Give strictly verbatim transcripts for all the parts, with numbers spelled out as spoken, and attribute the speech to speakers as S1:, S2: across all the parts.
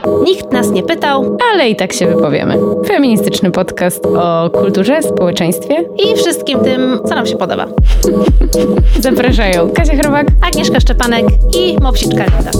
S1: Nikt nas nie pytał,
S2: ale i tak się wypowiemy. Feministyczny podcast o kulturze, społeczeństwie
S1: i wszystkim tym, co nam się podoba.
S2: Zapraszają Kasia Chrobak,
S1: Agnieszka Szczepanek i Mopsiczka Linda.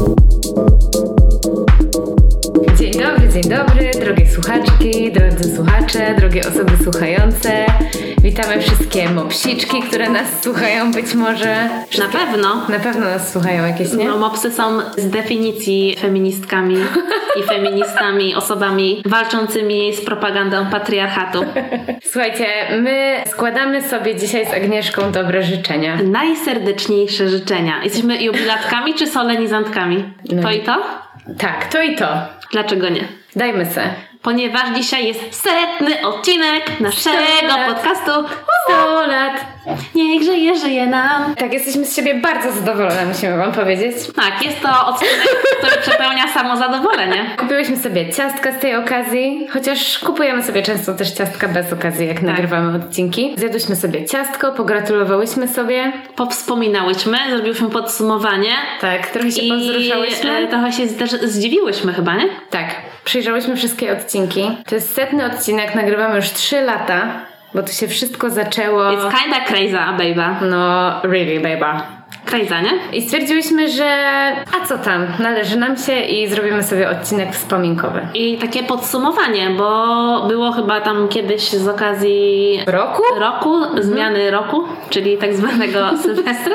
S2: Dzień dobry, dzień dobry, drogie słuchaczki, drodzy słuchacze, drogie osoby słuchające. Witamy wszystkie mopsiczki, które nas słuchają być może.
S1: Na pewno.
S2: Na pewno nas słuchają jakieś, nie?
S1: No, mopsy są z definicji feministkami i feministami, osobami walczącymi z propagandą patriarchatu.
S2: Słuchajcie, my składamy sobie dzisiaj z Agnieszką dobre życzenia.
S1: Najserdeczniejsze życzenia. Jesteśmy jubilatkami czy solenizantkami?
S2: No.
S1: To i to?
S2: Tak, to i to.
S1: Dlaczego nie?
S2: Dajmy se.
S1: Ponieważ dzisiaj jest setny odcinek naszego podcastu.
S2: sto lat.
S1: Niech żyje, żyje nam.
S2: Tak, jesteśmy z siebie bardzo zadowolone, musimy wam powiedzieć.
S1: Tak, jest to odcinek, który przepełnia samozadowolenie.
S2: Kupiłyśmy sobie ciastka z tej okazji, chociaż kupujemy sobie często też ciastka bez okazji, jak tak. nagrywamy odcinki. Zjadłyśmy sobie ciastko, pogratulowałyśmy sobie.
S1: Powspominałyśmy, zrobiłyśmy podsumowanie.
S2: Tak, trochę się powzruszałyśmy.
S1: I trochę się też zdziwiłyśmy chyba, nie?
S2: Tak, przejrzałyśmy wszystkie odcinki. To jest setny odcinek, nagrywamy już trzy lata. Bo to się wszystko zaczęło...
S1: It's kinda crazy, baby.
S2: No, really, baby.
S1: Crazy, nie?
S2: I stwierdziłyśmy, że a co tam, należy nam się i zrobimy sobie odcinek wspominkowy.
S1: I takie podsumowanie, bo było chyba tam kiedyś z okazji...
S2: Roku?
S1: Roku, zmiany mhm. roku, czyli tak zwanego sylwestra.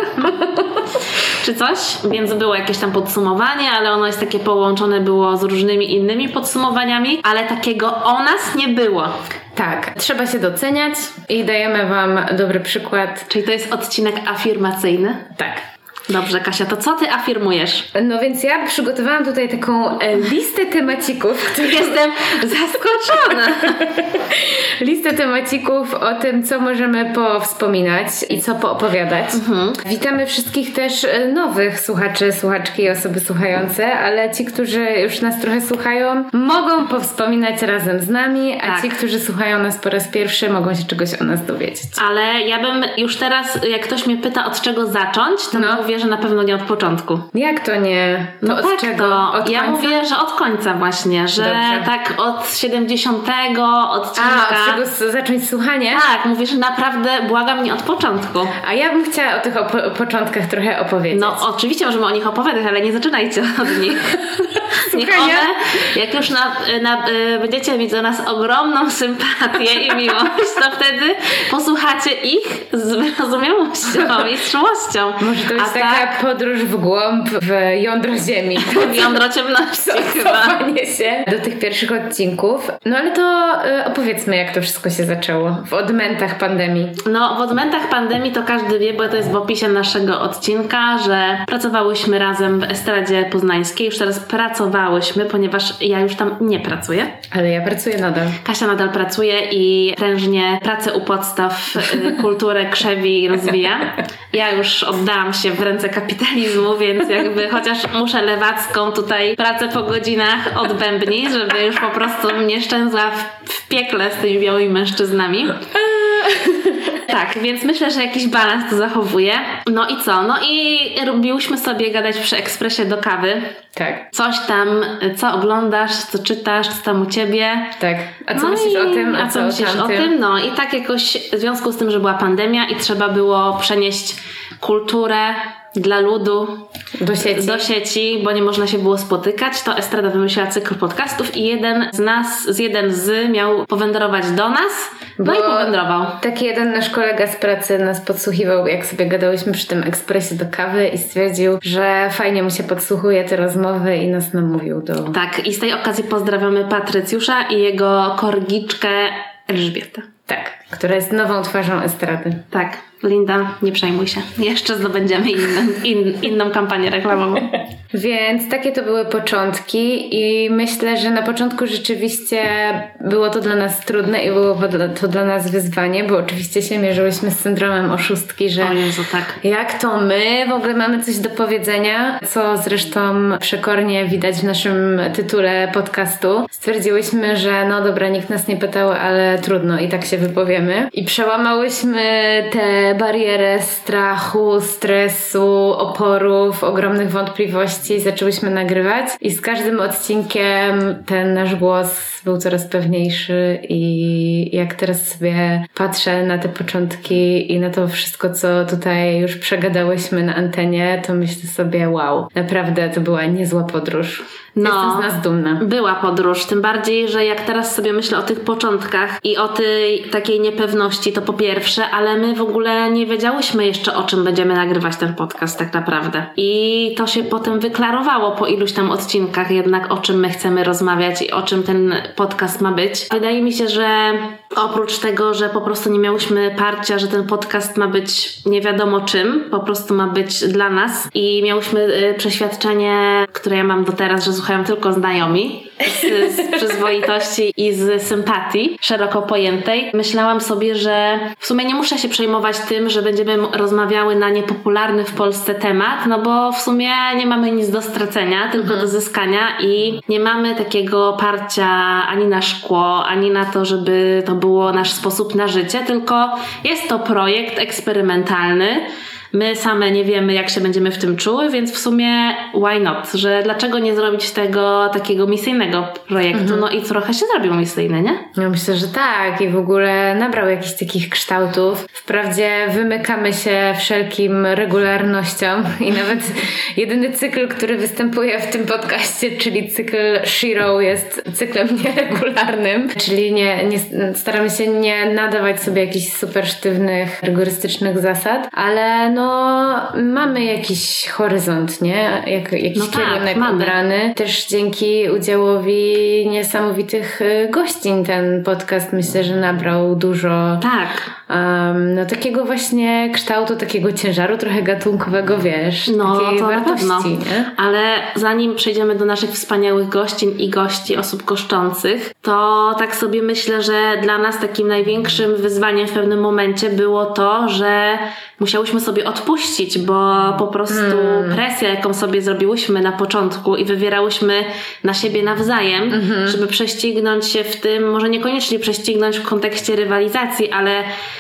S1: Czy coś, więc było jakieś tam podsumowanie, ale ono jest takie połączone było z różnymi innymi podsumowaniami, ale takiego o nas nie było.
S2: Tak, trzeba się doceniać i dajemy wam dobry przykład.
S1: Czyli to jest odcinek afirmacyjny?
S2: Tak.
S1: Dobrze, Kasia, to co ty afirmujesz?
S2: No więc ja przygotowałam tutaj taką e, listę temacików, które...
S1: Jestem zaskoczona.
S2: Listę temacików o tym, co możemy powspominać i co poopowiadać. Mhm. Witamy wszystkich też nowych słuchaczy, słuchaczki i osoby słuchające, ale ci, którzy już nas trochę słuchają, mogą powspominać razem z nami, a tak. ci, którzy słuchają nas po raz pierwszy, mogą się czegoś o nas dowiedzieć.
S1: Ale ja bym już teraz, jak ktoś mnie pyta, od czego zacząć, to no. mówię, że na pewno nie od początku.
S2: Jak to nie? To
S1: no
S2: od
S1: tak
S2: czego?
S1: To.
S2: Od
S1: ja
S2: końca?
S1: mówię, że od końca właśnie, że Dobrze. tak od siedemdziesiątego odcinka.
S2: A, od czego zacząć słuchanie?
S1: Tak, mówię, że naprawdę błagam nie od początku.
S2: A ja bym chciała o tych op- początkach trochę opowiedzieć.
S1: No oczywiście możemy o nich opowiadać, ale nie zaczynajcie od nich. Niech one, jak już na, na, y, będziecie mieć do nas ogromną sympatię i miłość, to wtedy posłuchacie ich z wyrozumiałością i z czułością.
S2: Może to jest
S1: A
S2: taka
S1: tak,
S2: podróż w głąb, w jądro ziemi.
S1: W jądro ciemności chyba.
S2: się do tych pierwszych odcinków. No ale to y, opowiedzmy, jak to wszystko się zaczęło. W odmętach pandemii.
S1: No w odmętach pandemii to każdy wie, bo to jest w opisie naszego odcinka, że pracowałyśmy razem w Estradzie Poznańskiej. Już teraz pracowałyśmy, ponieważ ja już tam nie pracuję.
S2: Ale ja pracuję nadal.
S1: Kasia nadal pracuje i prężnie pracę u podstaw y, kulturę krzewi i rozwija. Ja już oddałam się w ręce kapitalizmu, więc jakby chociaż muszę lewacką tutaj pracę po godzinach odbębnić, żeby już po prostu mnie szczęzła w, w piekle z tymi białymi mężczyznami. Tak, więc myślę, że jakiś balans to zachowuje. No i co? No i robiłyśmy sobie gadać przy ekspresie do kawy.
S2: Tak.
S1: Coś tam, co oglądasz, co czytasz, co tam u ciebie.
S2: Tak. A co
S1: no
S2: myślisz
S1: i,
S2: o tym? A,
S1: a co, co myślisz
S2: o
S1: tym? tym? No i tak jakoś w związku z tym, że była pandemia i trzeba było przenieść kulturę dla ludu
S2: do sieci.
S1: do sieci, bo nie można się było spotykać, to Estrada wymyśliła cykl podcastów i jeden z nas, z jeden z miał powędrować do nas, no bo i powędrował.
S2: Taki jeden nasz kolega z pracy nas podsłuchiwał, jak sobie gadałyśmy przy tym ekspresie do kawy i stwierdził, że fajnie mu się podsłuchuje te rozmowy i nas namówił do...
S1: Tak, i z tej okazji pozdrawiamy Patrycjusza i jego korgiczkę Elżbietę.
S2: Tak, która jest nową twarzą Estrady.
S1: Tak. Linda, nie przejmuj się. Jeszcze zdobędziemy inną, in, inną kampanię reklamową.
S2: Więc takie to były początki i myślę, że na początku rzeczywiście było to dla nas trudne i było to dla nas wyzwanie, bo oczywiście się mierzyłyśmy z syndromem oszustki, że
S1: o Jezu, tak.
S2: jak to my w ogóle mamy coś do powiedzenia, co zresztą przekornie widać w naszym tytule podcastu. Stwierdziłyśmy, że no dobra, nikt nas nie pytał, ale trudno i tak się się wypowiemy. I przełamałyśmy tę barierę strachu, stresu, oporów, ogromnych wątpliwości. Zaczęłyśmy nagrywać i z każdym odcinkiem ten nasz głos był coraz pewniejszy i jak teraz sobie patrzę na te początki i na to wszystko, co tutaj już przegadałyśmy na antenie, to myślę sobie, wow, naprawdę to była niezła podróż. No, jestem z nas dumna.
S1: Była podróż, tym bardziej, że jak teraz sobie myślę o tych początkach i o tej takiej niepewności, to po pierwsze, ale my w ogóle nie wiedziałyśmy jeszcze, o czym będziemy nagrywać ten podcast tak naprawdę. I to się potem wyklarowało po iluś tam odcinkach jednak, o czym my chcemy rozmawiać i o czym ten podcast ma być. Wydaje mi się, że oprócz tego, że po prostu nie miałyśmy parcia, że ten podcast ma być nie wiadomo czym, po prostu ma być dla nas i miałyśmy y, przeświadczenie, które ja mam do teraz, że słuchają tylko znajomi z, z przyzwoitości i z sympatii szeroko pojętej. Myślałam sobie, że w sumie nie muszę się przejmować tym, że będziemy rozmawiały na niepopularny w Polsce temat, no bo w sumie nie mamy nic do stracenia, tylko mhm. do zyskania i nie mamy takiego parcia ani na szkło, ani na to, żeby to było nasz sposób na życie, tylko jest to projekt eksperymentalny. My same nie wiemy, jak się będziemy w tym czuły, więc w sumie why not? Że dlaczego nie zrobić tego takiego misyjnego projektu? Mhm. No i trochę się zrobił misyjny, nie?
S2: No myślę, że tak i w ogóle nabrał jakichś takich kształtów. Wprawdzie wymykamy się wszelkim regularnościom i nawet jedyny cykl, który występuje w tym podcaście, czyli cykl Shiro, jest cyklem nieregularnym, czyli nie, nie, staramy się nie nadawać sobie jakichś super sztywnych, rygorystycznych zasad, ale no mamy jakiś horyzont, nie? Jak, jakiś no kierunek tak, obrany. Też dzięki udziałowi niesamowitych gościń ten podcast myślę, że nabrał dużo
S1: tak.
S2: Um, no takiego właśnie kształtu, takiego ciężaru trochę gatunkowego, wiesz,
S1: no,
S2: takiej
S1: to
S2: wartości,
S1: na pewno.
S2: Nie?
S1: Ale zanim przejdziemy do naszych wspaniałych gościń i gości, osób goszczących, to tak sobie myślę, że dla nas takim największym wyzwaniem w pewnym momencie było to, że musiałyśmy sobie odpuścić, bo po prostu hmm. presja, jaką sobie zrobiłyśmy na początku i wywierałyśmy na siebie nawzajem, mm-hmm. żeby prześcignąć się w tym, może niekoniecznie prześcignąć w kontekście rywalizacji, ale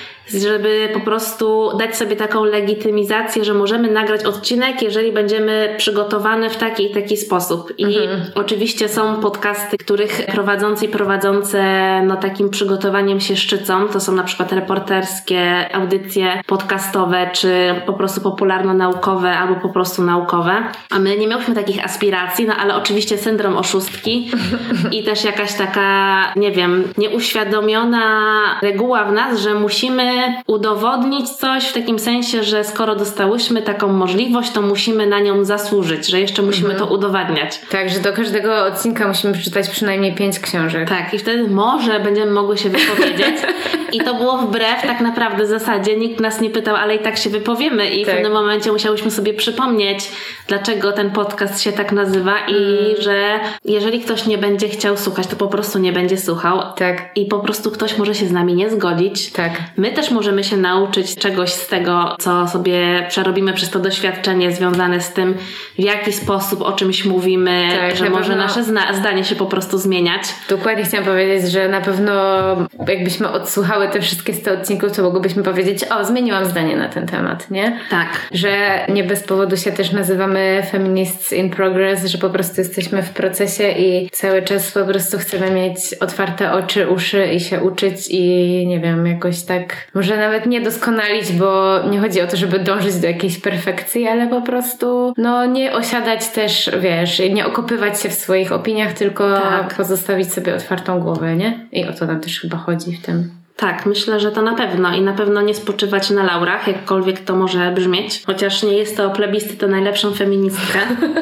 S1: żeby po prostu dać sobie taką legitymizację, że możemy nagrać odcinek, jeżeli będziemy przygotowane w taki i taki sposób. I mhm. oczywiście są podcasty, których prowadzący i prowadzące no takim przygotowaniem się szczycą. To są na przykład reporterskie audycje podcastowe, czy po prostu popularno-naukowe, albo po prostu naukowe. A my nie miałyśmy takich aspiracji, no ale oczywiście syndrom oszustki i też jakaś taka, nie wiem, nieuświadomiona reguła w nas, że musimy udowodnić coś w takim sensie, że skoro dostałyśmy taką możliwość, to musimy na nią zasłużyć, że jeszcze musimy mhm. to udowadniać.
S2: Tak, że do każdego odcinka musimy przeczytać przynajmniej pięć książek.
S1: Tak, i wtedy może będziemy mogły się wypowiedzieć. I to było wbrew tak naprawdę zasadzie. Nikt nas nie pytał, ale i tak się wypowiemy. I tak. w pewnym momencie musiałyśmy sobie przypomnieć, dlaczego ten podcast się tak nazywa i mm. że jeżeli ktoś nie będzie chciał słuchać, to po prostu nie będzie słuchał.
S2: Tak.
S1: I po prostu ktoś może się z nami nie zgodzić.
S2: Tak.
S1: My też możemy się nauczyć czegoś z tego, co sobie przerobimy przez to doświadczenie związane z tym, w jaki sposób o czymś mówimy, tak, że może pewno... nasze zna- zdanie się po prostu zmieniać.
S2: Dokładnie chciałam powiedzieć, że na pewno jakbyśmy odsłuchały te wszystkie sto odcinków, to mogłybyśmy powiedzieć, o, zmieniłam zdanie na ten temat, nie?
S1: Tak.
S2: Że nie bez powodu się też nazywamy Feminists in Progress, że po prostu jesteśmy w procesie i cały czas po prostu chcemy mieć otwarte oczy, uszy i się uczyć i nie wiem, jakoś tak może nawet nie doskonalić, bo nie chodzi o to, żeby dążyć do jakiejś perfekcji, ale po prostu no nie osiadać też, wiesz, nie okopywać się w swoich opiniach, tylko tak. pozostawić sobie otwartą głowę, nie? I o to nam też chyba chodzi w tym.
S1: Tak, myślę, że to na pewno i na pewno nie spoczywać na laurach, jakkolwiek to może brzmieć. Chociaż nie jest to plebiscyt na najlepszą feministkę,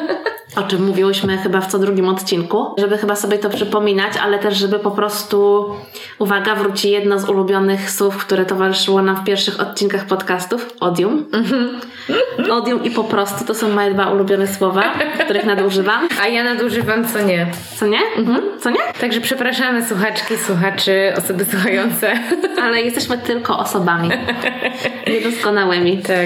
S1: o czym mówiłyśmy chyba w co drugim odcinku, żeby chyba sobie to przypominać, ale też żeby po prostu, uwaga, wróci jedno z ulubionych słów, które towarzyszyło nam w pierwszych odcinkach podcastów, odium. Mm-hmm. Odium i po prostu to są moje dwa ulubione słowa, których nadużywam.
S2: A ja nadużywam co nie.
S1: Co nie? Mhm. Co nie?
S2: Także przepraszamy słuchaczki, słuchaczy, osoby słuchające.
S1: Ale jesteśmy tylko osobami niedoskonałymi.
S2: Tak.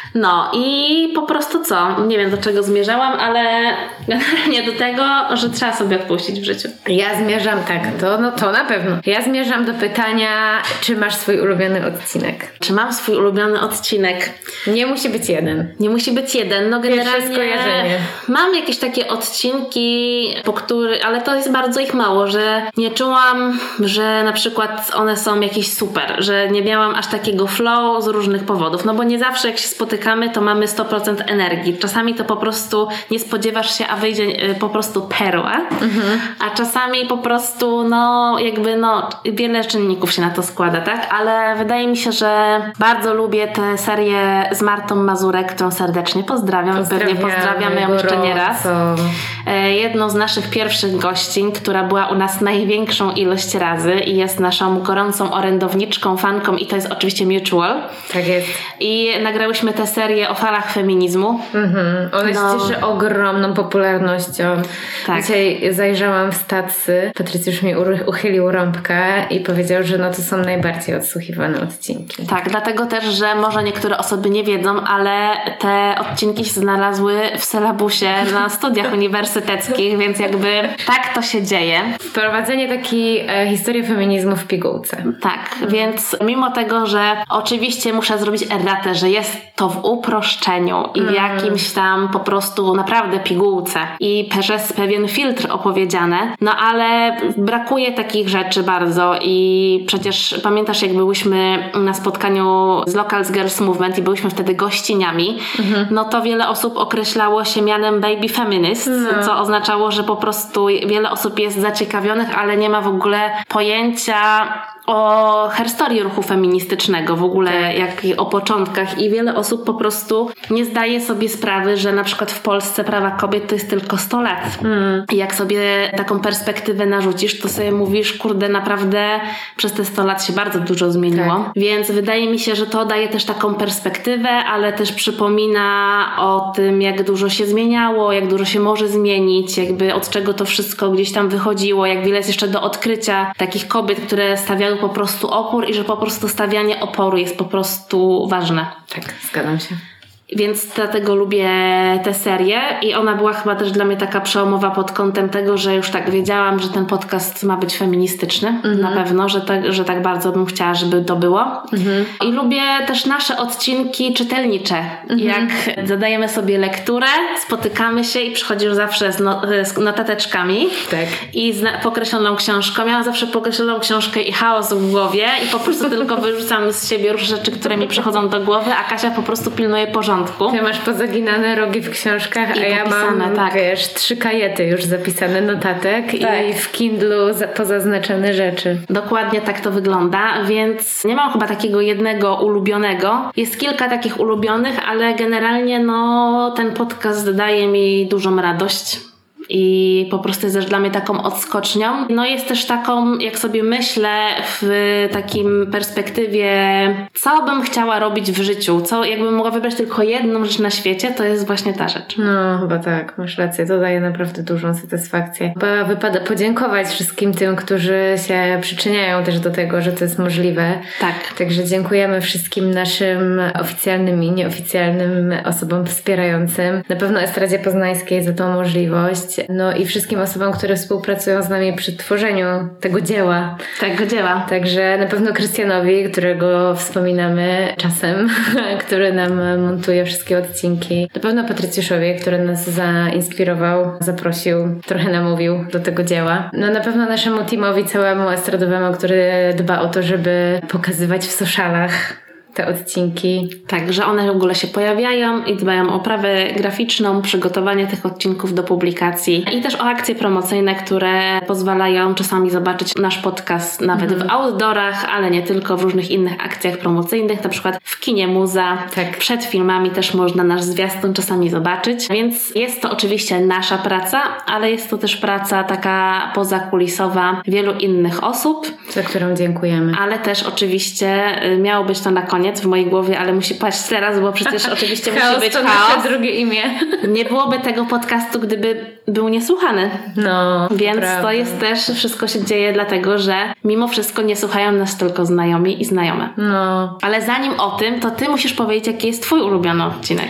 S1: No i po prostu co? Nie wiem, do czego zmierzałam, ale generalnie do tego, że trzeba sobie odpuścić w życiu.
S2: Ja zmierzam tak, to, no, to na pewno. Ja zmierzam do pytania, czy masz swój ulubiony odcinek?
S1: Czy mam swój ulubiony odcinek?
S2: Nie musi być jeden.
S1: Nie musi być jeden. No generalnie
S2: skojarzenie.
S1: Mam jakieś takie odcinki, po który, ale to jest bardzo ich mało, że nie czułam, że na przykład one są jakieś super, że nie miałam aż takiego flow z różnych powodów. No bo nie zawsze jak się spotykamy, to mamy sto procent energii. Czasami to po prostu nie spodziewasz się, a wyjdzie po prostu perła. Mhm. A czasami po prostu no jakby no wiele czynników się na to składa, tak? Ale wydaje mi się, że bardzo lubię tę serię z Martą Mazurek, którą serdecznie pozdrawiam. Pewnie pozdrawiamy ją jeszcze nie raz. Jedną z naszych pierwszych gościń, która była u nas największą ilość razy i jest naszą gorącą orędowniczką, fanką i to jest oczywiście Mutual.
S2: Tak jest.
S1: I nagrałyśmy tę serię o falach feminizmu.
S2: Mhm. Ona się no. cieszy ogromną popularnością. Tak. Dzisiaj zajrzałam w statsy. Patrycjusz mi uchylił rąbkę i powiedział, że no to są najbardziej odsłuchiwane odcinki.
S1: Tak, dlatego też, że może niektóre osoby nie wiedzą, ale te odcinki się znalazły w sylabusie na studiach uniwersyteckich, więc jakby tak to się dzieje.
S2: Wprowadzenie takiej e, historii feminizmu w pigułce.
S1: Tak, mhm. Więc mimo tego, że oczywiście muszę zrobić erratę, że jest to w uproszczeniu i w jakimś tam po prostu naprawdę pigułce i przez pewien filtr opowiedziane, no ale brakuje takich rzeczy bardzo i przecież pamiętasz, jak byłyśmy na spotkaniu z Local Girls Movement i byłyśmy wtedy gościniami, mhm. no to wiele osób określało się mianem baby feminist, no. Co oznaczało, że po prostu wiele osób jest zaciekawionych, ale nie ma w ogóle pojęcia o herstorii ruchu feministycznego, w ogóle jak o początkach i wiele osób po prostu nie zdaje sobie sprawy, że na przykład w Polsce prawa kobiet to jest tylko sto lat. Mm. I jak sobie taką perspektywę narzucisz, to sobie mówisz, kurde, naprawdę przez te sto lat się bardzo dużo zmieniło. Tak. Więc wydaje mi się, że to daje też taką perspektywę, ale też przypomina o tym, jak dużo się zmieniało, jak dużo się może zmienić, jakby od czego to wszystko gdzieś tam wychodziło, jak wiele jest jeszcze do odkrycia takich kobiet, które stawiały po prostu opór i że po prostu stawianie oporu jest po prostu ważne.
S2: Tak, zgadzam się.
S1: Więc dlatego lubię tę serię i ona była chyba też dla mnie taka przełomowa pod kątem tego, że już tak wiedziałam, że ten podcast ma być feministyczny. Mm-hmm. Na pewno, że tak, że tak bardzo bym chciała, żeby to było. Mm-hmm. I lubię też nasze odcinki czytelnicze. Mm-hmm. Jak zadajemy sobie lekturę, spotykamy się i przychodzisz zawsze z, no, z notateczkami
S2: tak.
S1: I z pokreśloną książką. Miałam zawsze pokreśloną książkę i chaos w głowie i po prostu tylko wyrzucam z siebie różne rzeczy, które mi przychodzą do głowy, a Kasia po prostu pilnuje porządku.
S2: Ty masz pozaginane rogi w książkach,
S1: I
S2: a ja mam,
S1: tak.
S2: wiesz, trzy kajety już zapisane notatek tak. I w Kindlu za, pozaznaczone rzeczy.
S1: Dokładnie tak to wygląda, więc nie mam chyba takiego jednego ulubionego. Jest kilka takich ulubionych, ale generalnie no ten podcast daje mi dużą radość. I po prostu jest też dla mnie taką odskocznią. No jest też taką, jak sobie myślę w takim perspektywie, co bym chciała robić w życiu, co jakbym mogła wybrać tylko jedną rzecz na świecie, to jest właśnie ta rzecz.
S2: No chyba tak, masz rację, to daje naprawdę dużą satysfakcję. Chyba wypada podziękować wszystkim tym, którzy się przyczyniają też do tego, że to jest możliwe.
S1: Tak.
S2: Także dziękujemy wszystkim naszym oficjalnym i nieoficjalnym osobom wspierającym. Na pewno Estradzie Poznańskiej za tą możliwość. No i wszystkim osobom, które współpracują z nami przy tworzeniu tego dzieła.
S1: Tego dzieła.
S2: Także na pewno Krystianowi, którego wspominamy czasem, który nam montuje wszystkie odcinki. Na pewno Patrycjuszowi, który nas zainspirował, zaprosił, trochę namówił do tego dzieła. No na pewno naszemu teamowi całemu estradowemu, który dba o to, żeby pokazywać w socialach te odcinki.
S1: Tak, że one w ogóle się pojawiają i dbają o oprawę graficzną, przygotowanie tych odcinków do publikacji i też o akcje promocyjne, które pozwalają czasami zobaczyć nasz podcast nawet mm. w outdoorach, ale nie tylko, w różnych innych akcjach promocyjnych, na przykład w kinie Muza.
S2: Tak.
S1: Przed filmami też można nasz zwiastun czasami zobaczyć, więc jest to oczywiście nasza praca, ale jest to też praca taka pozakulisowa wielu innych osób.
S2: Za którą dziękujemy.
S1: Ale też oczywiście miało być to na koniec, koniec w mojej głowie, ale musi paść teraz, bo przecież oczywiście musi być
S2: to
S1: chaos.
S2: nasze drugie imię.
S1: Nie byłoby tego podcastu, gdyby był niesłuchany.
S2: No,
S1: Więc
S2: prawda.
S1: to jest też, wszystko się dzieje dlatego, że mimo wszystko nie słuchają nas tylko znajomi i znajome.
S2: No.
S1: Ale zanim o tym, to ty musisz powiedzieć, jaki jest twój ulubiony odcinek.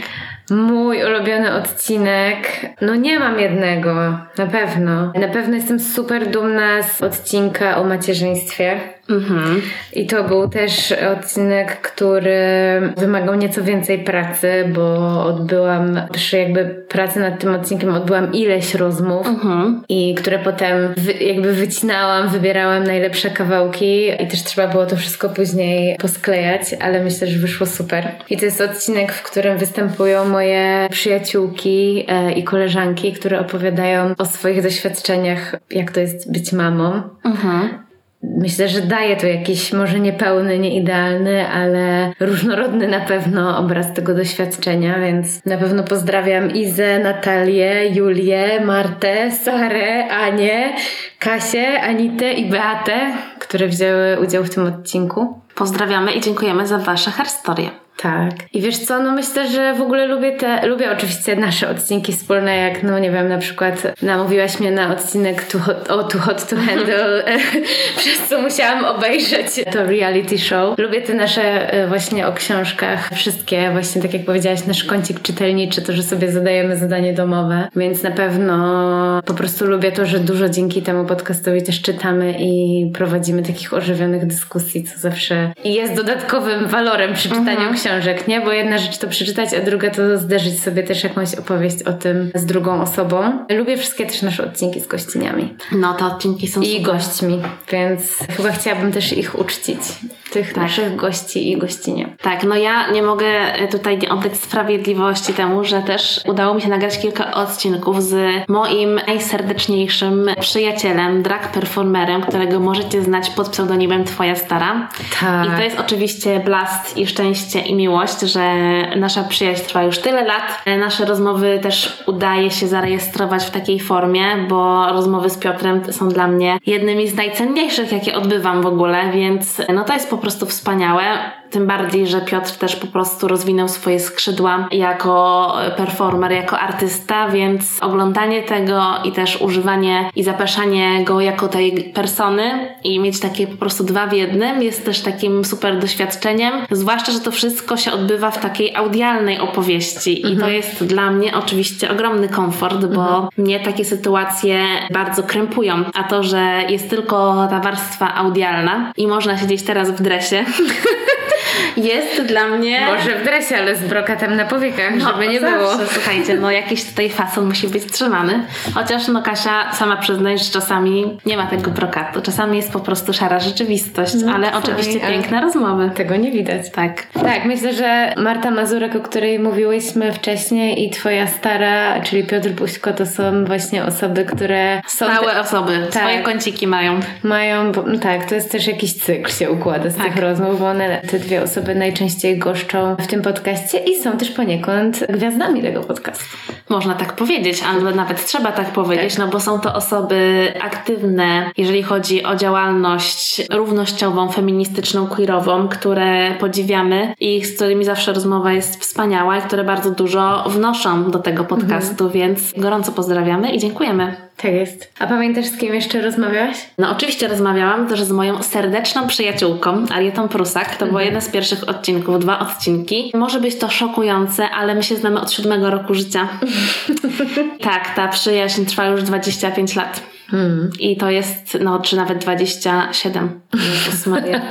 S2: Mój ulubiony odcinek, no nie mam jednego, na pewno. Na pewno jestem super dumna z odcinka o macierzyństwie. Mhm. I to był też odcinek, który wymagał nieco więcej pracy, bo odbyłam przy jakby pracy nad tym odcinkiem odbyłam ileś rozmów mhm. i które potem wy, jakby wycinałam, wybierałam najlepsze kawałki i też trzeba było to wszystko później posklejać, ale myślę, że wyszło super. I to jest odcinek, w którym występują moje przyjaciółki e, i koleżanki, które opowiadają o swoich doświadczeniach, jak to jest być mamą. Mhm. Myślę, że daje to jakiś może niepełny, nieidealny, ale różnorodny na pewno obraz tego doświadczenia, więc na pewno pozdrawiam Izę, Natalię, Julię, Martę, Sarę, Anię, Kasię, Anitę i Beatę, które wzięły udział w tym odcinku.
S1: Pozdrawiamy i dziękujemy za wasze herstorie.
S2: Tak. I wiesz co, no myślę, że w ogóle lubię te, lubię oczywiście nasze odcinki wspólne, jak no nie wiem, na przykład namówiłaś mnie na odcinek too hot, o Too Hot to Handle, przez co musiałam obejrzeć to reality show. Lubię te nasze właśnie o książkach, wszystkie właśnie tak jak powiedziałaś, nasz kącik czytelniczy, to, że sobie zadajemy zadanie domowe, więc na pewno po prostu lubię to, że dużo dzięki temu podcastowi też czytamy i prowadzimy takich ożywionych dyskusji, co zawsze jest dodatkowym walorem przy czytaniu mhm. książek. książek, nie? Bo jedna rzecz to przeczytać, a druga to zderzyć sobie też jakąś opowieść o tym z drugą osobą. Lubię wszystkie też nasze odcinki z gościniami.
S1: No, te odcinki są
S2: I
S1: super.
S2: gośćmi, więc chyba chciałabym też ich uczcić. Tych tak. naszych gości i gościnie.
S1: Tak, no ja nie mogę tutaj nie oddać sprawiedliwości temu, że też udało mi się nagrać kilka odcinków z moim najserdeczniejszym przyjacielem, drag performerem, którego możecie znać pod pseudonimem Twoja Stara.
S2: Tak.
S1: I to jest oczywiście blast i szczęście i miłość, że nasza przyjaźń trwa już tyle lat. Nasze rozmowy też udaje się zarejestrować w takiej formie, bo rozmowy z Piotrem są dla mnie jednymi z najcenniejszych, jakie odbywam w ogóle, więc no to jest po prostu wspaniałe. Tym bardziej, że Piotr też po prostu rozwinął swoje skrzydła jako performer, jako artysta, więc oglądanie tego i też używanie i zapraszanie go jako tej persony i mieć takie po prostu dwa w jednym jest też takim super doświadczeniem. Zwłaszcza, że to wszystko się odbywa w takiej audialnej opowieści i mhm. to jest dla mnie oczywiście ogromny komfort, bo mhm. mnie takie sytuacje bardzo krępują, a to, że jest tylko ta warstwa audialna i można siedzieć teraz w dresie jest dla mnie...
S2: Może w dresie, ale z brokatem na powiekach, no, żeby nie
S1: zawsze.
S2: było.
S1: Słuchajcie, no jakiś tutaj fason musi być trzymany. Chociaż no Kasia sama przyznaje, że czasami nie ma tego brokatu. Czasami jest po prostu szara rzeczywistość, no, ale czasami, oczywiście ale piękne rozmowy.
S2: Tego nie widać.
S1: Tak.
S2: Tak, myślę, że Marta Mazurek, o której mówiłyśmy wcześniej i Twoja Stara, czyli Piotr Buźko, to są właśnie osoby, które są...
S1: Stałe te... osoby. Tak. Swoje kąciki mają.
S2: Mają, bo, no tak, to jest też jakiś cykl się układa z tak. tych rozmów, bo one, te dwie osoby najczęściej goszczą w tym podcaście i są też poniekąd gwiazdami tego podcastu.
S1: Można tak powiedzieć, ale nawet trzeba tak powiedzieć, tak. no bo są to osoby aktywne, jeżeli chodzi o działalność równościową, feministyczną, queerową, które podziwiamy i z którymi zawsze rozmowa jest wspaniała i które bardzo dużo wnoszą do tego podcastu, mhm. więc gorąco pozdrawiamy i dziękujemy.
S2: Tak jest. A pamiętasz, z kim jeszcze rozmawiałaś?
S1: No oczywiście rozmawiałam też z moją serdeczną przyjaciółką, Arietą Prusak. To było jeden z pierwszych odcinków, dwa odcinki. Może być to szokujące, ale my się znamy od siódmego roku życia. Tak, ta przyjaźń trwa już dwadzieścia pięć lat. Hmm. I to jest, no, czy nawet dwadzieścia siedem. Jezus Maria.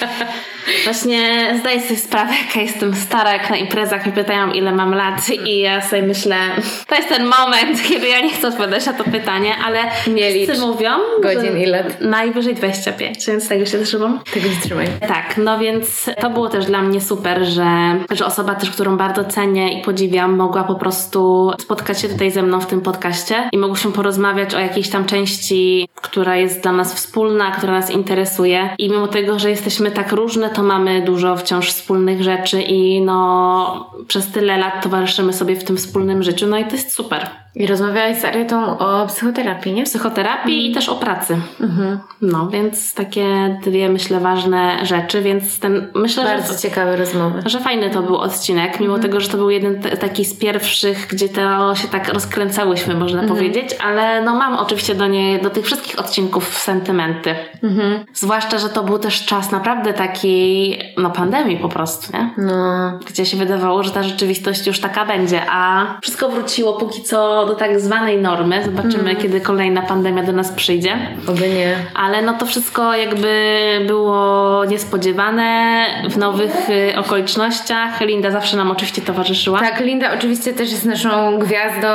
S1: Właśnie zdaję sobie sprawę, jaka jestem stara, jak na imprezach mi pytają, ile mam lat i ja sobie myślę, to jest ten moment, kiedy ja nie chcę odpowiadać na to pytanie, ale
S2: nie
S1: wszyscy mówią,
S2: godzin i lat.
S1: Najwyżej dwadzieścia pięć, więc tego się trzymam.
S2: Tego się trzymaj.
S1: Tak, no więc to było też dla mnie super, że, że osoba też, którą bardzo cenię i podziwiam, mogła po prostu spotkać się tutaj ze mną w tym podcaście i mogłyśmy porozmawiać o jakiejś tam części, która jest dla nas wspólna, która nas interesuje i mimo tego, że jesteśmy tak różne, to mamy dużo wciąż wspólnych rzeczy i no przez tyle lat towarzyszymy sobie w tym wspólnym życiu, no i to jest super.
S2: I rozmawiałaś z Arietą o psychoterapii, nie?
S1: Psychoterapii mm. i też o pracy.
S2: Mhm.
S1: No, więc takie dwie, myślę, ważne rzeczy, więc ten, myślę,
S2: Bardzo
S1: że...
S2: ciekawe rozmowy.
S1: Że fajny to był odcinek, mimo mm. tego, że to był jeden t- taki z pierwszych, gdzie to się tak rozkręcałyśmy, można mm. powiedzieć, ale no mam oczywiście do niej, do tych wszystkich odcinków sentymenty. Mm-hmm. Zwłaszcza, że to był też czas naprawdę takiej, no pandemii po prostu, nie?
S2: No.
S1: Gdzie się wydawało, że ta rzeczywistość już taka będzie, a wszystko wróciło póki co do tak zwanej normy. Zobaczymy, mm. kiedy kolejna pandemia do nas przyjdzie.
S2: Oby nie.
S1: Ale no to wszystko jakby było niespodziewane, w nowych y, okolicznościach. Linda zawsze nam oczywiście towarzyszyła.
S2: Tak, Linda oczywiście też jest naszą gwiazdą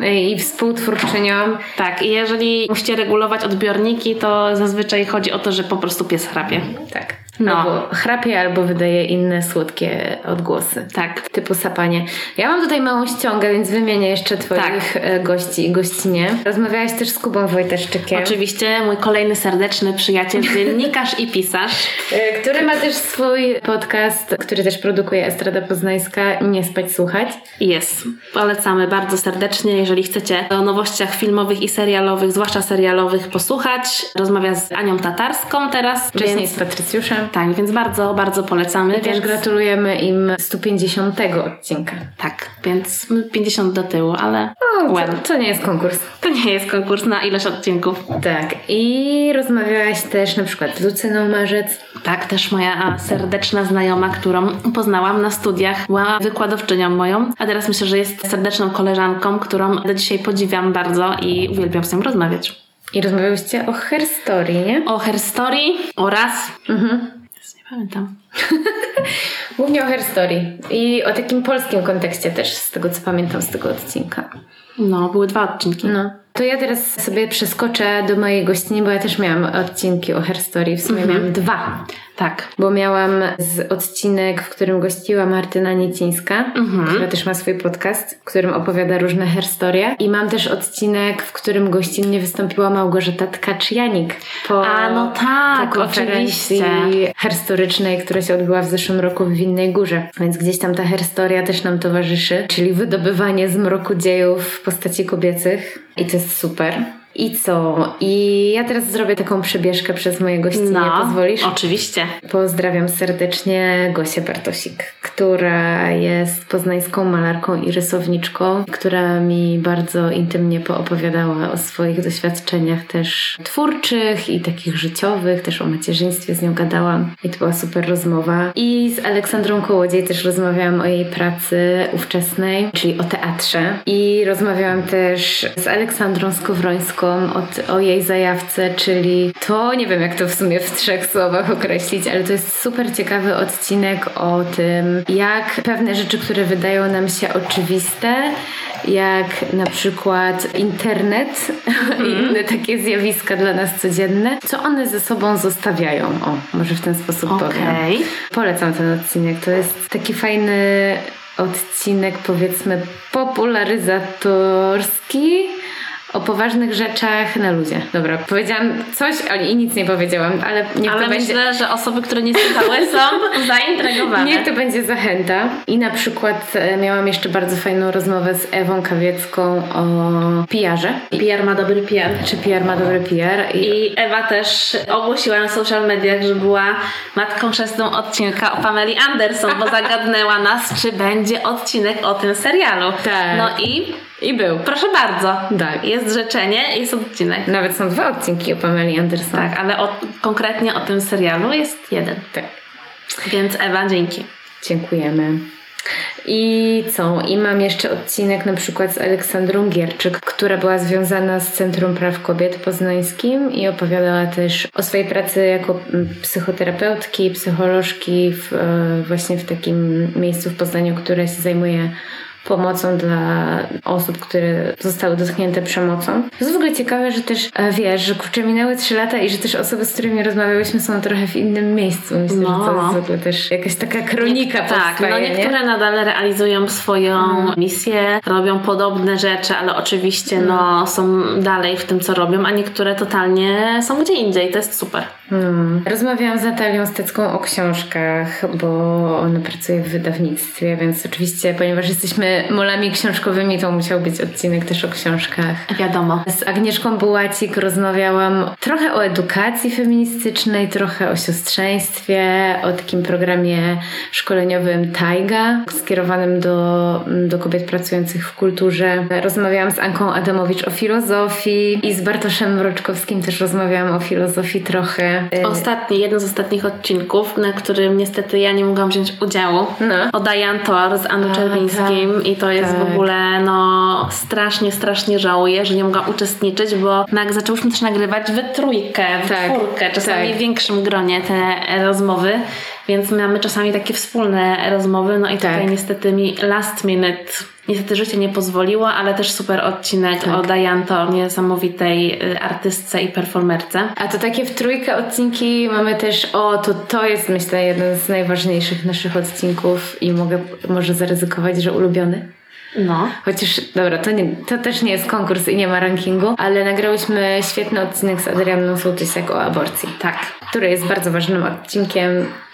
S2: i współtwórczynią.
S1: Tak, i jeżeli musicie regulować odbiorniki, to zazwyczaj chodzi o to, że po prostu pies chrapie.
S2: Tak.
S1: No.
S2: Albo chrapie, albo wydaje inne słodkie odgłosy.
S1: Tak.
S2: Typu sapanie. Ja mam tutaj małą ściągę, więc wymienię jeszcze twoich tak. gości i gościnie. Rozmawiałaś też z Kubą Wojtaszczykiem.
S1: Oczywiście, mój kolejny serdeczny przyjaciel, dziennikarz i pisarz.
S2: Który ma też swój podcast, który też produkuje Estrada Poznańska, Nie spać, słuchać.
S1: Jest. Polecamy bardzo serdecznie, jeżeli chcecie o nowościach filmowych i serialowych, zwłaszcza serialowych, posłuchać. Rozmawia z Anią Tatarską teraz.
S2: Wcześniej
S1: więc...
S2: z Patrycjuszem.
S1: Tak, więc bardzo, bardzo polecamy.
S2: I też gratulujemy im sto pięćdziesiątego odcinka.
S1: Tak, więc pięćdziesiąt do tyłu, ale
S2: o,
S1: well.
S2: to, to nie jest konkurs.
S1: To nie jest konkurs na ilość odcinków.
S2: Tak. I rozmawiałaś też na przykład z Lucyną Marzec.
S1: Tak, też moja serdeczna znajoma, którą poznałam na studiach. Była wykładowczynią moją, a teraz myślę, że jest serdeczną koleżanką, którą do dzisiaj podziwiam bardzo i uwielbiam z nią rozmawiać.
S2: I rozmawiałyście o Herstory, nie?
S1: O Herstory oraz...
S2: Mhm.
S1: Nie pamiętam.
S2: Głównie o Herstory i o takim polskim kontekście też, z tego co pamiętam z tego odcinka.
S1: No, były dwa odcinki.
S2: No. To ja teraz sobie przeskoczę do mojej gościni, bo ja też miałam odcinki o Herstory. W sumie mhm. miałam dwa.
S1: Tak.
S2: Bo miałam z odcinek, w którym gościła Martyna Niecińska, mhm. która też ma swój podcast, w którym opowiada różne herstorie. I mam też odcinek, w którym gościnnie wystąpiła Małgorzata Tkacz-Janik. Po,
S1: A no tak,
S2: po konferencji
S1: oczywiście.
S2: herstorycznej, która się odbyła w zeszłym roku w Winnej Górze. Więc gdzieś tam ta herstoria też nam towarzyszy, czyli wydobywanie z mroku dziejów w postaci kobiecych. I to jest super. I co? I ja teraz zrobię taką przebieżkę przez moje gościnie,
S1: no,
S2: pozwolisz?
S1: Oczywiście.
S2: Pozdrawiam serdecznie Gosię Bartosik, która jest poznańską malarką i rysowniczką, która mi bardzo intymnie poopowiadała o swoich doświadczeniach też twórczych i takich życiowych, też o macierzyństwie z nią gadałam i to była super rozmowa. I z Aleksandrą Kołodziej też rozmawiałam o jej pracy ówczesnej, czyli o teatrze. I rozmawiałam też z Aleksandrą Skowrońską O, o jej zajawce, czyli to nie wiem jak to w sumie w trzech słowach określić, ale to jest super ciekawy odcinek o tym, jak pewne rzeczy, które wydają nam się oczywiste, jak na przykład internet mm. i inne takie zjawiska dla nas codzienne, co one ze sobą zostawiają. O, może w ten sposób
S1: okay.
S2: powiem. Polecam ten odcinek. To jest taki fajny odcinek, powiedzmy popularyzatorski o poważnych rzeczach na luzie. Dobra, powiedziałam coś ale i nic nie powiedziałam, ale niech
S1: ale
S2: to będzie...
S1: myślę, że osoby, które nie słuchały są zaintrygowane.
S2: Niech to będzie zachęta. I na przykład e, miałam jeszcze bardzo fajną rozmowę z Ewą Kawiecką o P R-ze.
S1: P R ma dobry P R.
S2: Czy P R ma dobry P R. I,
S1: I Ewa też ogłosiła na social mediach, że była matką chrzestną odcinka o Pameli Anderson, bo zagadnęła nas, czy będzie odcinek o tym serialu.
S2: Tak.
S1: No i
S2: I był.
S1: Proszę bardzo.
S2: Tak.
S1: Jest życzenie, jest odcinek.
S2: Nawet są dwa odcinki o Pameli Anderson.
S1: Tak, ale o, konkretnie o tym serialu jest jeden.
S2: Tak.
S1: Więc Ewa, dzięki.
S2: Dziękujemy. I co? I mam jeszcze odcinek na przykład z Aleksandrą Gierczyk, która była związana z Centrum Praw Kobiet Poznańskim i opowiadała też o swojej pracy jako psychoterapeutki, psycholożki w, właśnie w takim miejscu w Poznaniu, które się zajmuje pomocą dla osób, które zostały dotknięte przemocą. To jest w ogóle ciekawe, że też wiesz, że kurczę, minęły trzy lata i że też osoby, z którymi rozmawiałyśmy, są trochę w innym miejscu. Myślę, no. że to jest w ogóle też jakaś taka kronika
S1: Nie, Tak, no niektóre nie? nadal realizują swoją mm. misję, robią podobne rzeczy, ale oczywiście mm. no, są dalej w tym, co robią, a niektóre totalnie są gdzie indziej. To jest super.
S2: Mm. Rozmawiałam z Natalią Stecką o książkach, bo ona pracuje w wydawnictwie, więc oczywiście, ponieważ jesteśmy jesteśmy molami książkowymi, to musiał być odcinek też o książkach.
S1: Wiadomo.
S2: Z Agnieszką Bułacik rozmawiałam trochę o edukacji feministycznej, trochę o siostrzeństwie, o takim programie szkoleniowym Tajga, skierowanym do, do kobiet pracujących w kulturze. Rozmawiałam z Anką Adamowicz o filozofii i z Bartoszem Mroczkowskim też rozmawiałam o filozofii trochę.
S1: Ostatni, jeden z ostatnich odcinków, na którym niestety ja nie mogłam wziąć udziału. No. O Diane Tor z Anną Czerwińskim tak, i to jest tak. w ogóle no strasznie, strasznie żałuję, że nie mogłam uczestniczyć, bo jak zaczęłyśmy też nagrywać w trójkę, w tak, czwórkę, czasami tak. w większym gronie te rozmowy, więc mamy czasami takie wspólne rozmowy, no i tak. tutaj niestety mi last minute niestety życie nie pozwoliło, ale też super odcinek tak. o Diane Tor, niesamowitej artystce i performerce.
S2: A to takie w trójkę odcinki mamy też, o to to jest myślę jeden z najważniejszych naszych odcinków i mogę może zaryzykować, że ulubiony.
S1: No.
S2: Chociaż, dobra, to, nie, to też nie jest konkurs i nie ma rankingu, ale nagrałyśmy świetny odcinek z Adrianną Sołtysiak o aborcji.
S1: Tak.
S2: Który jest bardzo ważnym odcinkiem.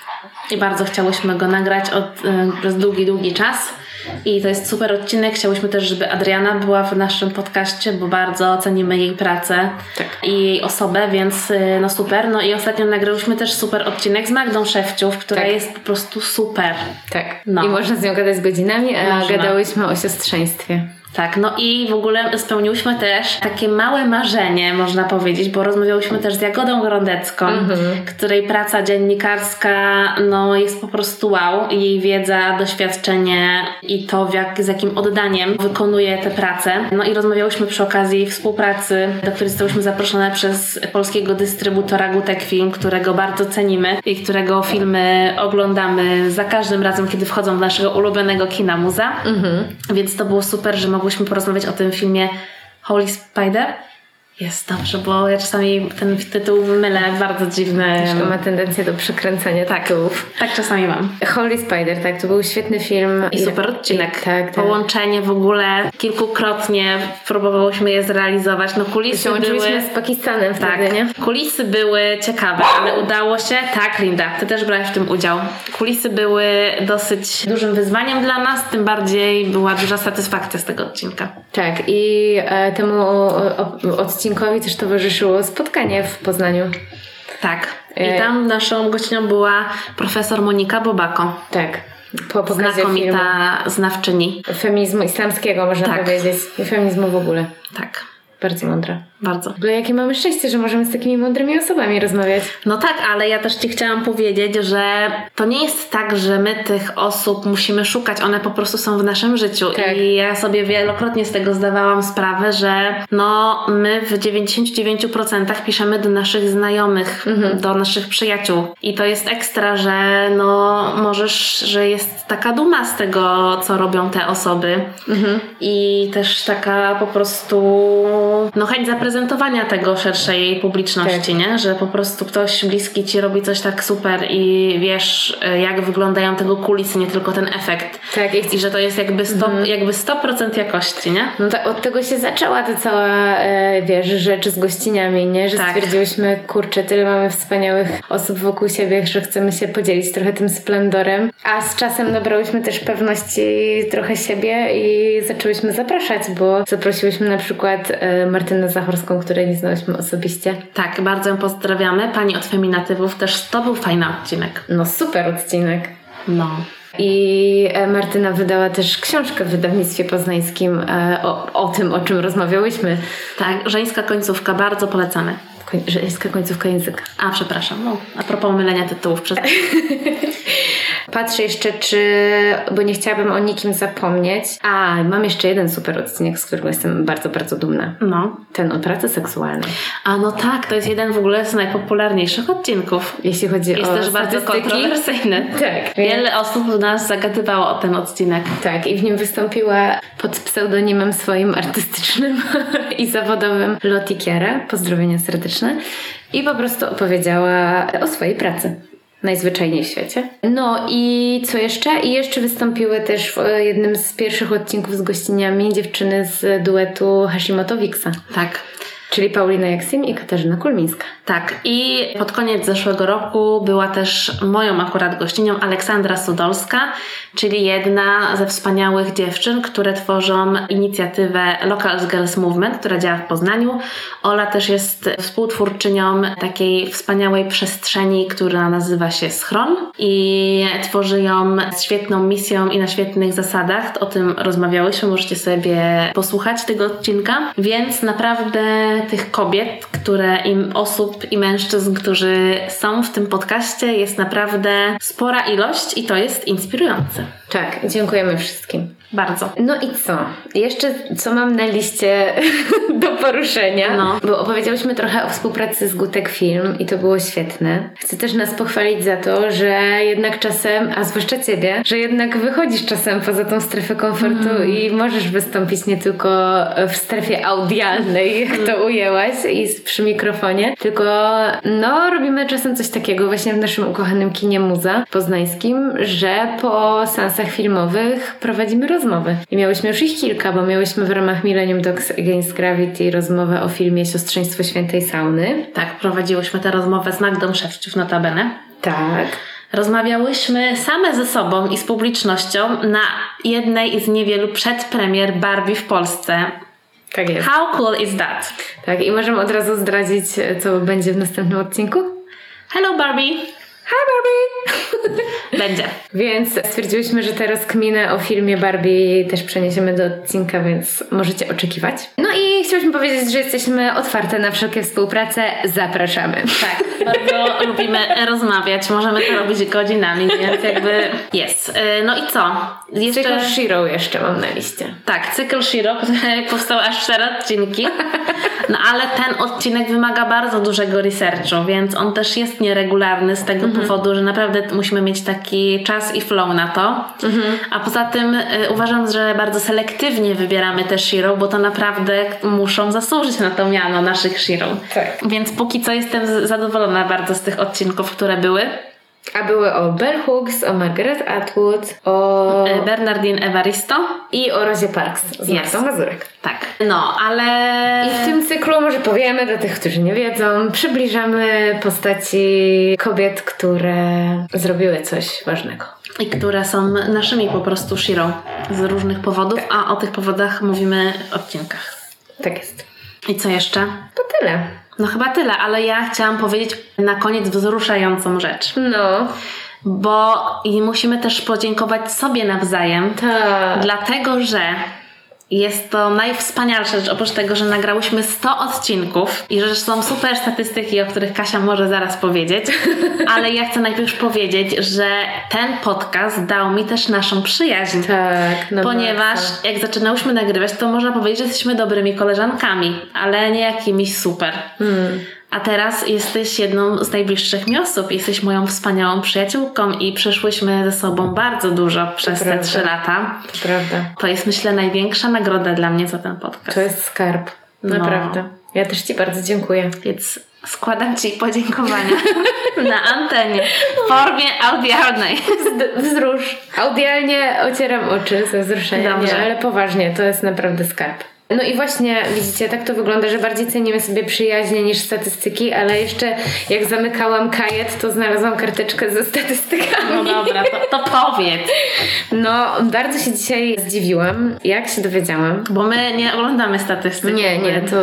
S1: I bardzo chciałyśmy go nagrać od, y, przez długi, długi czas. I to jest super odcinek. Chciałyśmy też, żeby Adriana była w naszym podcaście, bo bardzo cenimy jej pracę tak. i jej osobę, więc no super. No i ostatnio nagrałyśmy też super odcinek z Magdą Szewciów, która tak. jest po prostu super.
S2: Tak. No. I można z nią gadać godzinami, a można. Gadałyśmy o siostrzeństwie.
S1: Tak, no i w ogóle spełniłyśmy też takie małe marzenie, można powiedzieć, bo rozmawiałyśmy też z Jagodą Grondecką, mm-hmm. której praca dziennikarska no jest po prostu wow. Jej wiedza, doświadczenie i to, w jak, z jakim oddaniem wykonuje tę pracę. No i rozmawiałyśmy przy okazji współpracy, do której zostałyśmy zaproszone przez polskiego dystrybutora Gutek Film, którego bardzo cenimy i którego filmy oglądamy za każdym razem, kiedy wchodzą do naszego ulubionego kina Muza. Mm-hmm. Więc to było super, że mogłyśmy porozmawiać o tym filmie Holy Spider. Jest dobrze, bo ja czasami ten tytuł mylę, bardzo dziwny.
S2: Troszkę ma tendencję do przekręcania
S1: tak,
S2: tytułów.
S1: Tak czasami mam.
S2: Holy Spider, tak, to był świetny film.
S1: I super odcinek. I, tak, tak. Połączenie w ogóle kilkukrotnie próbowałyśmy je zrealizować. No kulisy
S2: były...
S1: były...
S2: z Pakistanem wtedy,
S1: tak.
S2: nie?
S1: Kulisy były ciekawe, ale udało się. Tak, Linda, ty też brałaś w tym udział. Kulisy były dosyć dużym wyzwaniem dla nas, tym bardziej była duża satysfakcja z tego odcinka.
S2: Tak, i e, temu o, o, odcinkowi też towarzyszyło spotkanie w Poznaniu.
S1: Tak. I tam naszą gościnią była profesor Monika Bobako.
S2: Tak. Po
S1: znakomita filmu. Znawczyni.
S2: Feminizmu islamskiego, można tak. powiedzieć. I feminizmu w ogóle.
S1: Tak.
S2: Bardzo mądra.
S1: Bardzo.
S2: W ogóle jakie mamy szczęście, że możemy z takimi mądrymi osobami rozmawiać.
S1: No tak, ale ja też Ci chciałam powiedzieć, że to nie jest tak, że my tych osób musimy szukać, one po prostu są w naszym życiu. Tak. I ja sobie wielokrotnie z tego zdawałam sprawę, że no my w dziewięćdziesiąt dziewięć procent piszemy do naszych znajomych, mhm. do naszych przyjaciół. I to jest ekstra, że no możesz, że jest taka duma z tego, co robią te osoby. Mhm. I też taka po prostu no chęć zaprezentowania tego szerszej publiczności, tak. nie? Że po prostu ktoś bliski Ci robi coś tak super i wiesz, jak wyglądają tego kulisy, nie tylko ten efekt.
S2: Tak.
S1: I że to jest jakby sto, mm. jakby sto procent jakości, nie?
S2: No tak, od tego się zaczęła ta cała, e, wiesz, rzecz z gościniami, nie? Że tak. stwierdziłyśmy, kurczę, tyle mamy wspaniałych osób wokół siebie, że chcemy się podzielić trochę tym splendorem. A z czasem nabrałyśmy też pewności trochę siebie i zaczęłyśmy zapraszać, bo zaprosiłyśmy na przykład e, Martynę Zachorską, której nie znałyśmy osobiście.
S1: Tak, bardzo ją pozdrawiamy. Pani od feminatywów też, to był fajny odcinek.
S2: No super odcinek.
S1: No.
S2: I Martyna wydała też książkę w wydawnictwie poznańskim e, o, o tym, o czym rozmawiałyśmy.
S1: Tak, żeńska końcówka, bardzo polecamy.
S2: Koń, żeńska końcówka języka.
S1: A, przepraszam, no, a propos mylenia tytułów. Przez...
S2: Patrzę jeszcze, czy... bo nie chciałabym o nikim zapomnieć. A, mam jeszcze jeden super odcinek, z którego jestem bardzo, bardzo dumna.
S1: No.
S2: Ten o pracy seksualnej.
S1: A no tak, to jest jeden w ogóle z najpopularniejszych odcinków.
S2: Jeśli chodzi
S1: jest
S2: o
S1: też bardzo kontrowersyjny.
S2: Tak.
S1: Wiele osób nas zagadywało o ten odcinek.
S2: Tak, i w nim wystąpiła pod pseudonimem swoim artystycznym i zawodowym Loti Chiara. Pozdrowienia serdeczne. I po prostu opowiedziała o swojej pracy. Najzwyczajniej w świecie. No i co jeszcze? I jeszcze wystąpiły też w jednym z pierwszych odcinków z gościniami dziewczyny z duetu Hashimoto Wiksa.
S1: Tak.
S2: Czyli Paulina Jaksim i Katarzyna Kulmińska.
S1: Tak. I pod koniec zeszłego roku była też moją akurat gościnią Aleksandra Sudolska, czyli jedna ze wspaniałych dziewczyn, które tworzą inicjatywę Local Girls Movement, która działa w Poznaniu. Ola też jest współtwórczynią takiej wspaniałej przestrzeni, która nazywa się Schron i tworzy ją z świetną misją i na świetnych zasadach. O tym rozmawiałyśmy, możecie sobie posłuchać tego odcinka. Więc naprawdę tych kobiet, które im osób i mężczyzn, którzy są w tym podcaście, jest naprawdę spora ilość i to jest inspirujące.
S2: Tak, dziękujemy wszystkim.
S1: Bardzo.
S2: No i co? Jeszcze co mam na liście do poruszenia?
S1: No.
S2: Bo opowiedziałyśmy trochę o współpracy z Gutek Film i to było świetne. Chcę też nas pochwalić za to, że jednak czasem, a zwłaszcza ciebie, że jednak wychodzisz czasem poza tą strefę komfortu mm. i możesz wystąpić nie tylko w strefie audialnej, jak to mm. ujęłaś, i przy mikrofonie, tylko no robimy czasem coś takiego właśnie w naszym ukochanym kinie Muza poznańskim, że po seansach filmowych prowadzimy rozmowy. Rozmowy. I miałyśmy już ich kilka, bo miałyśmy w ramach Millennium Dogs Against Gravity rozmowę o filmie Siostrzeństwo Świętej Sauny.
S1: Tak, prowadziłyśmy tę rozmowę z Magdą Szewczuk notabene.
S2: Tak.
S1: Rozmawiałyśmy same ze sobą i z publicznością na jednej z niewielu przedpremier Barbie w Polsce.
S2: Tak jest.
S1: How cool is that?
S2: Tak, i możemy od razu zdradzić, co będzie w następnym odcinku?
S1: Hello Barbie!
S2: Hi Barbie!
S1: Będzie.
S2: Więc stwierdziłyśmy, że teraz kminę o filmie Barbie też przeniesiemy do odcinka, więc możecie oczekiwać. No i chciałyśmy powiedzieć, że jesteśmy otwarte na wszelkie współpracę. Zapraszamy.
S1: Tak, bardzo lubimy rozmawiać. Możemy to robić godzinami, więc jakby jest. No i co?
S2: Jeszcze... Cykl Shiro jeszcze mam na liście.
S1: Tak, cykl Shiro, który powstał aż cztery odcinki. No ale ten odcinek wymaga bardzo dużego researchu, więc on też jest nieregularny z tego mhm. powodu, że naprawdę musimy mieć taki czas i flow na to. Mhm. A poza tym y, uważam, że bardzo selektywnie wybieramy te Shiro, bo to naprawdę muszą zasłużyć na to miano naszych Shiro.
S2: Tak.
S1: Więc póki co jestem zadowolona bardzo z tych odcinków, które były.
S2: A były o Bell Hooks, o Margaret Atwood, o
S1: Bernardine Evaristo
S2: i o Rosie Parks z Martą Mazurek.
S1: Tak. No, ale...
S2: I w tym cyklu może powiemy dla tych, którzy nie wiedzą, przybliżamy postaci kobiet, które zrobiły coś ważnego.
S1: I które są naszymi po prostu Shiro z różnych powodów, tak. A o tych powodach mówimy w odcinkach.
S2: Tak jest.
S1: I co jeszcze?
S2: To tyle.
S1: No chyba tyle, ale ja chciałam powiedzieć na koniec wzruszającą rzecz.
S2: No.
S1: Bo i musimy też podziękować sobie nawzajem.
S2: Tak.
S1: Dlatego, że jest to najwspanialsza rzecz, oprócz tego, że nagrałyśmy sto odcinków i że są super statystyki, o których Kasia może zaraz powiedzieć, ale ja chcę najpierw powiedzieć, że ten podcast dał mi też naszą przyjaźń.
S2: Tak. No
S1: ponieważ
S2: bardzo.
S1: Jak zaczynałyśmy nagrywać, to można powiedzieć, że jesteśmy dobrymi koleżankami, ale nie jakimiś super. Hmm. A teraz jesteś jedną z najbliższych mi osób. Jesteś moją wspaniałą przyjaciółką i przeszłyśmy ze sobą bardzo dużo przez
S2: to
S1: te
S2: prawda.
S1: trzy lata.
S2: To prawda.
S1: To jest, myślę, największa nagroda dla mnie za ten podcast.
S2: To jest skarb. Naprawdę. No. Ja też Ci bardzo dziękuję.
S1: Więc składam Ci podziękowania na antenie w formie audialnej.
S2: Wzrusz. Audialnie ocieram oczy ze wzruszenia, nie, ale poważnie, to jest naprawdę skarb. No i właśnie, widzicie, tak to wygląda, że bardziej cenimy sobie przyjaźnie niż statystyki, ale jeszcze jak zamykałam kajet, to znalazłam karteczkę ze statystykami.
S1: No dobra, to, to powiedz.
S2: No, bardzo się dzisiaj zdziwiłam, jak się dowiedziałam.
S1: Bo my nie oglądamy statystyk.
S2: Nie, nie, to,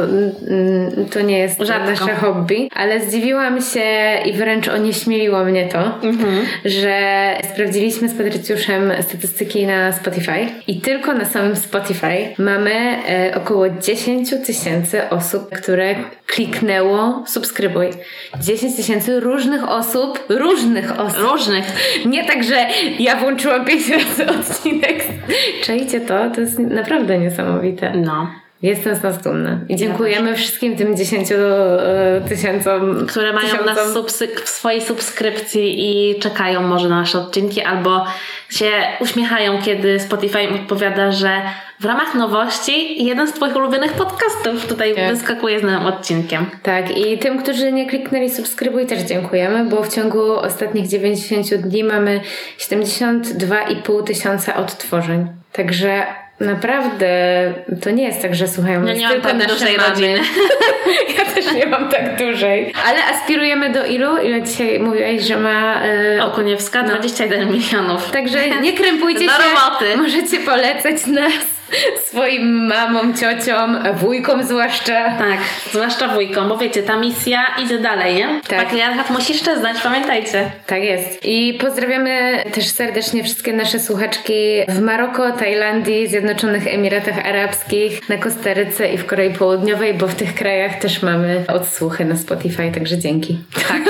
S2: to nie jest Rzadko. nasze hobby, ale zdziwiłam się i wręcz onieśmieliło mnie to, mhm. że sprawdziliśmy z Patrycjuszem statystyki na Spotify i tylko na samym Spotify mamy e, około dziesięć tysięcy osób, które kliknęło subskrybuj. dziesięć tysięcy różnych osób, różnych osób.
S1: Różnych.
S2: Nie tak, że ja włączyłam pięć razy odcinek. Czajcie to? To jest naprawdę niesamowite.
S1: No.
S2: Jestem z nas dumna. I dziękujemy ja wszystkim tym dziesięciu tysiącom,
S1: które mają
S2: tysiącom.
S1: nas subsy- w swojej subskrypcji i czekają może na nasze odcinki, albo się uśmiechają, kiedy Spotify im odpowiada, że w ramach nowości jeden z Twoich ulubionych podcastów tutaj tak. wyskakuje z nowym odcinkiem.
S2: Tak, i tym, którzy nie kliknęli subskrybuj, też dziękujemy, bo w ciągu ostatnich dziewięćdziesięciu dni mamy siedemdziesiąt dwa i pół tysiąca odtworzeń. Także Naprawdę to nie jest tak, że słuchają
S1: ja
S2: nas
S1: nie
S2: tylko
S1: mam tak
S2: nasze
S1: dużej
S2: mamy.
S1: rodziny.
S2: Ja też nie mam tak dużej. Ale aspirujemy do ilu? Ile dzisiaj mówiłaś, że ma... Yy...
S1: Okuniewska? dwadzieścia jeden milionów.
S2: Także nie krępujcie
S1: do
S2: się.
S1: roboty.
S2: Możecie polecać nas swoim mamom, ciociom, wujkom zwłaszcza.
S1: Tak, zwłaszcza wujkom, bo wiecie, ta misja idzie dalej, nie?
S2: Tak.
S1: Patriarchat musi szczeznąć, pamiętajcie.
S2: Tak jest. I pozdrawiamy też serdecznie wszystkie nasze słuchaczki w Maroko, Tajlandii, Zjednoczonych Emiratach Arabskich, na Kostaryce i w Korei Południowej, bo w tych krajach też mamy odsłuchy na Spotify, także dzięki.
S1: Tak.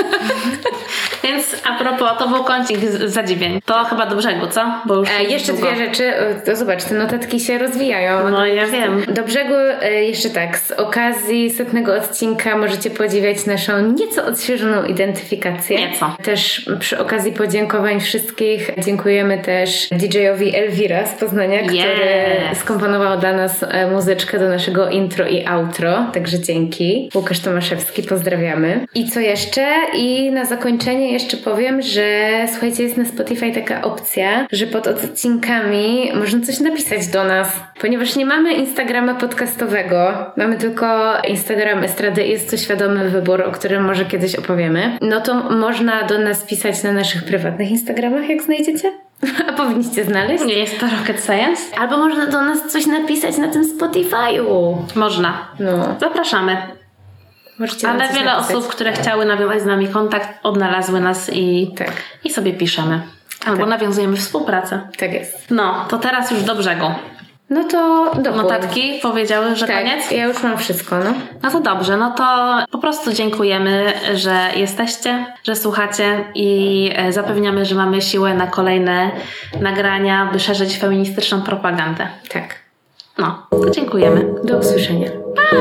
S1: Więc a propos, to był kącik z zadziwień. To chyba do brzegu, co? Bo już
S2: e, jeszcze długo. Dwie rzeczy. To zobacz, te notatki się rozwijają.
S1: No ja wiem.
S2: Do brzegu e, jeszcze tak, z okazji setnego odcinka możecie podziwiać naszą nieco odświeżoną identyfikację.
S1: Nieco.
S2: Też przy okazji podziękowań wszystkich dziękujemy też D J-owi Elvira z Poznania, yes. który skomponował dla nas muzyczkę do naszego intro i outro. Także dzięki. Łukasz Tomaszewski, pozdrawiamy. I co jeszcze? I na zakończenie jeszcze powiem, że słuchajcie, jest na Spotify taka opcja, że pod odcinkami można coś napisać do nas, ponieważ nie mamy Instagrama podcastowego, mamy tylko Instagram Estrady i jest to świadomy wybór, o którym może kiedyś opowiemy. No to można do nas pisać na naszych prywatnych Instagramach, jak znajdziecie. A powinniście znaleźć.
S1: Nie jest to rocket science.
S2: Albo można do nas coś napisać na tym Spotify'u.
S1: Można.
S2: No.
S1: Zapraszamy.
S2: Możecie
S1: Ale wiele
S2: napisać.
S1: osób, które chciały nawiązać z nami kontakt, odnalazły nas i,
S2: tak.
S1: i sobie piszemy. Albo tak. nawiązujemy współpracę.
S2: Tak jest.
S1: No, to teraz już do brzegu.
S2: No to do
S1: Notatki powiedziały, że
S2: tak,
S1: koniec?
S2: Ja już mam wszystko, no.
S1: No to dobrze, no to po prostu dziękujemy, że jesteście, że słuchacie i zapewniamy, że mamy siłę na kolejne nagrania, by szerzyć feministyczną propagandę.
S2: Tak.
S1: No, to dziękujemy.
S2: Do usłyszenia.
S1: Pa!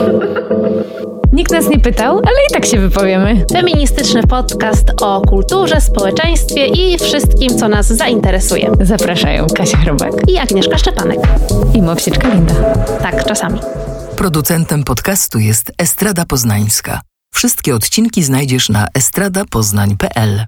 S2: Nikt nas nie pytał, ale i tak się wypowiemy.
S1: Feministyczny podcast o kulturze, społeczeństwie i wszystkim, co nas zainteresuje.
S2: Zapraszają Kasia Chrobak
S1: i Agnieszka Szczepanek.
S2: I Mopsieczka Linda.
S1: Tak, czasami.
S3: Producentem podcastu jest Estrada Poznańska. Wszystkie odcinki znajdziesz na estrada poznań kropka p l.